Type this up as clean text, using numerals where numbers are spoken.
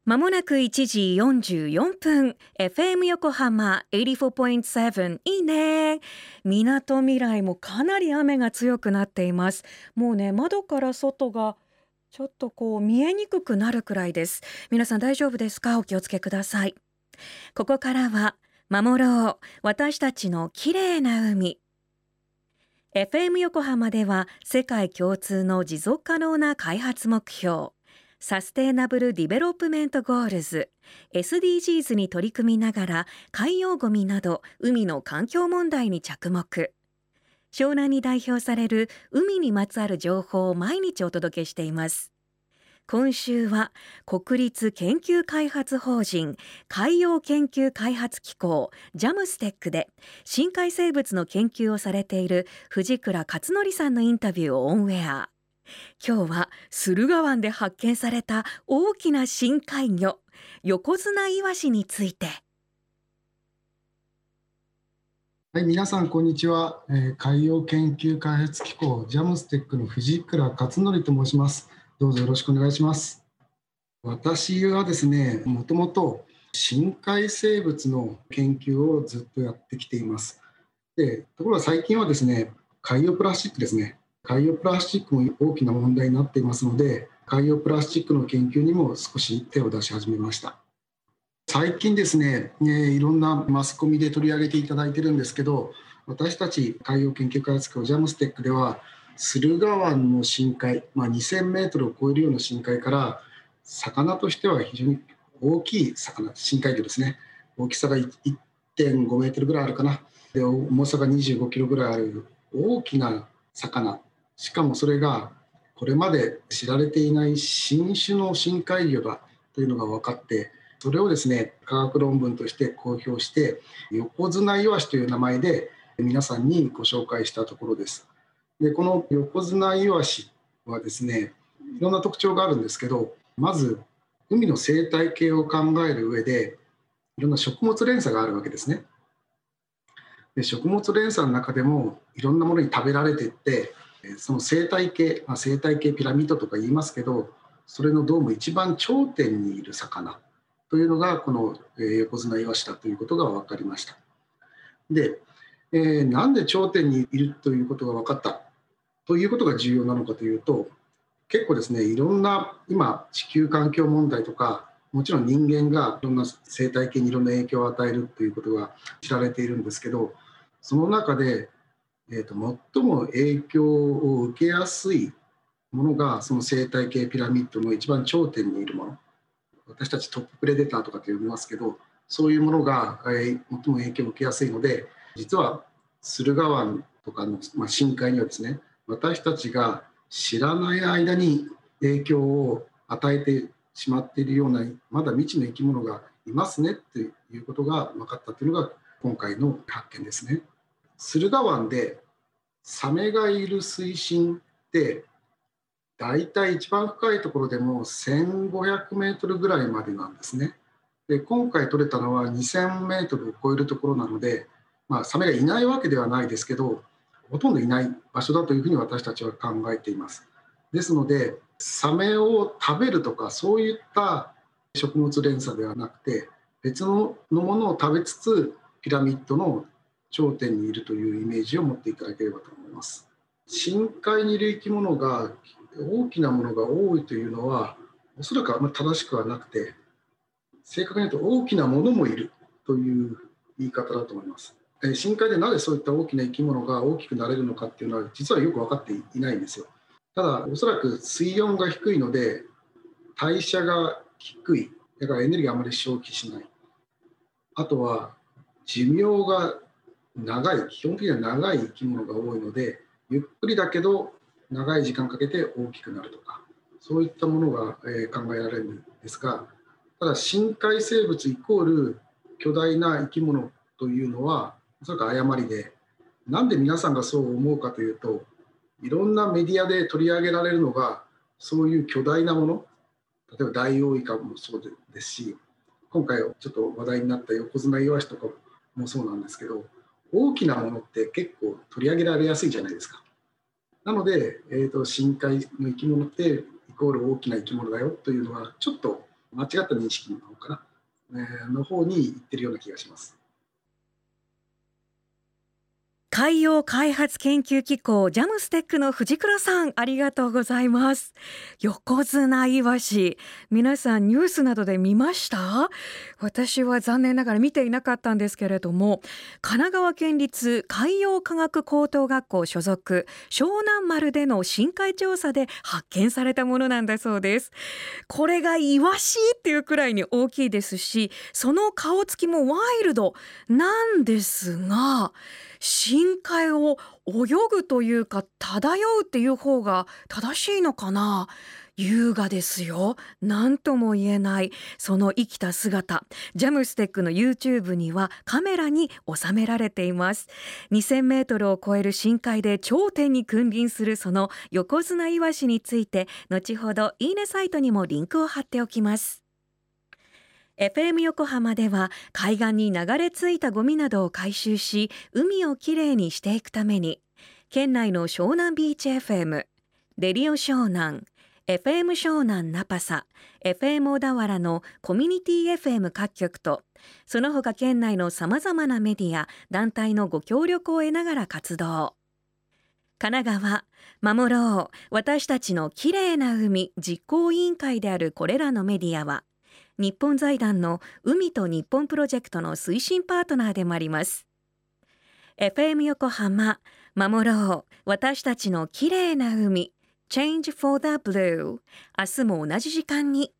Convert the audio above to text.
まもなく1時44分 FM 横浜 84.7 いいね。みなとみらいもかなり雨が強くなっています。もうね、窓から外がちょっと見えにくくなるくらいです。皆さん大丈夫ですか？お気をつけください。ここからは守ろう私たちのきれいな海。 FM 横浜では世界共通の持続可能な開発目標サステイナブル・ディベロップメント・ゴールズ SDGs に取り組みながら海洋ゴミなど海の環境問題に着目。湘南に代表される海にまつわる情報を毎日お届けしています。今週は国立研究開発法人海洋研究開発機構ジャムステックで深海生物の研究をされている藤倉勝則さんのインタビューをオンエア。今日は駿河湾で発見された大きな深海魚横綱イワシについて。 はい、皆さんこんにちは。海洋研究開発機構ジャムステックの藤倉勝則と申します。どうぞよろしくお願いします。私はですね、もともと深海生物の研究をずっとやってきています。ところが最近はですね、海洋プラスチックですね。海洋プラスチックも大きな問題になっていますので、海洋プラスチックの研究にも少し手を出し始めました。最近ですね、いろんなマスコミで取り上げていただいてるんですけど、私たち海洋研究開発機構ジャムステックでは駿河湾の深海、2000メートルを超えるような深海から魚としては非常に大きい魚、深海魚ですね。大きさが 1.5 メートルぐらいあるかな。で、重さが25キロぐらいある大きな魚。しかもそれがこれまで知られていない新種の深海魚だというのが分かって、それをですね、科学論文として公表して、横綱イワシという名前で皆さんにご紹介したところです。で、この横綱イワシはですね、いろんな特徴があるんですけど、まず海の生態系を考える上で、いろんな食物連鎖があるわけですね。で、食物連鎖の中でもいろんなものに食べられていって、その生態系、生態系ピラミッドとか言いますけど、それのどうも一番頂点にいる魚というのがこの横綱イワシだということが分かりました。で、なんで頂点にいるということが分かったということが重要なのかというと、結構ですね、いろんな今地球環境問題とか、もちろん人間がいろんな生態系にいろんな影響を与えるということが知られているんですけど、その中で、最も影響を受けやすいものがその生態系ピラミッドの一番頂点にいるもの、私たちトッププレデターとかって呼びますけど、そういうものが最も影響を受けやすいので、実は駿河湾とかの深海にはですね、私たちが知らない間に影響を与えてしまっているようなまだ未知の生き物がいますねということが分かったというのが今回の発見ですね。駿河湾でサメがいる水深ってだいたい一番深いところでも1500メートルぐらいまでなんですね。で、今回取れたのは2000メートルを超えるところなので、サメがいないわけではないですけど、ほとんどいない場所だというふうに私たちは考えています。ですので、サメを食べるとかそういった食物連鎖ではなくて、別のものを食べつつピラミッドの頂点にいるというイメージを持っていただければと思います。深海にいる生き物が大きなものが多いというのはおそらくあまり正しくはなくて、正確に言うと大きなものもいるという言い方だと思います。深海でなぜそういった大きな生き物が大きくなれるのかっていうのは実はよく分かっていないんですよ。ただおそらく水温が低いので代謝が低い、だからエネルギーあまり消費しない、あとは寿命が長い、基本的には長い生き物が多いので、ゆっくりだけど長い時間かけて大きくなるとか、そういったものが考えられるんですが、ただ深海生物イコール巨大な生き物というのはおそらく誤りで、なんで皆さんがそう思うかというと、いろんなメディアで取り上げられるのがそういう巨大なもの、例えばダイオウイカもそうですし、今回ちょっと話題になった横綱イワシとかもそうなんですけど、大きなものって結構取り上げられやすいじゃないですか。なので、深海の生き物ってイコール大きな生き物だよというのはちょっと間違った認識の方かな、の方に行ってるような気がします。 海洋開発研究機構ジャムステックの藤倉さん、ありがとうございます。横綱イワシ、皆さんニュースなどで見ました？私は残念ながら見ていなかったんですけれども、神奈川県立海洋科学高等学校所属湘南丸での深海調査で発見されたものなんだそうです。これがイワシっていうくらいに大きいですし、その顔つきもワイルドなんですが、深海を泳ぐというか漂うっていう方が正しいのかな。優雅ですよ。何とも言えないその生きた姿、ジャムステックの YouTube にはカメラに収められています。2000メートルを超える深海で頂点に君臨するその横綱イワシについて、後ほどいいねサイトにもリンクを貼っておきます。FM 横浜では海岸に流れ着いたゴミなどを回収し、海をきれいにしていくために、県内の湘南ビーチ FM、レディオ湘南、FM 湘南ナパサ、FM 小田原のコミュニティ FM 各局と、その他県内のさまざまなメディア、団体のご協力を得ながら活動。神奈川、守ろう、私たちのきれいな海実行委員会であるこれらのメディアは、日本財団の海と日本プロジェクトの推進パートナーでもあります。FM 横浜、守ろう、私たちのきれいな海 Change for the Blue、 明日も同じ時間に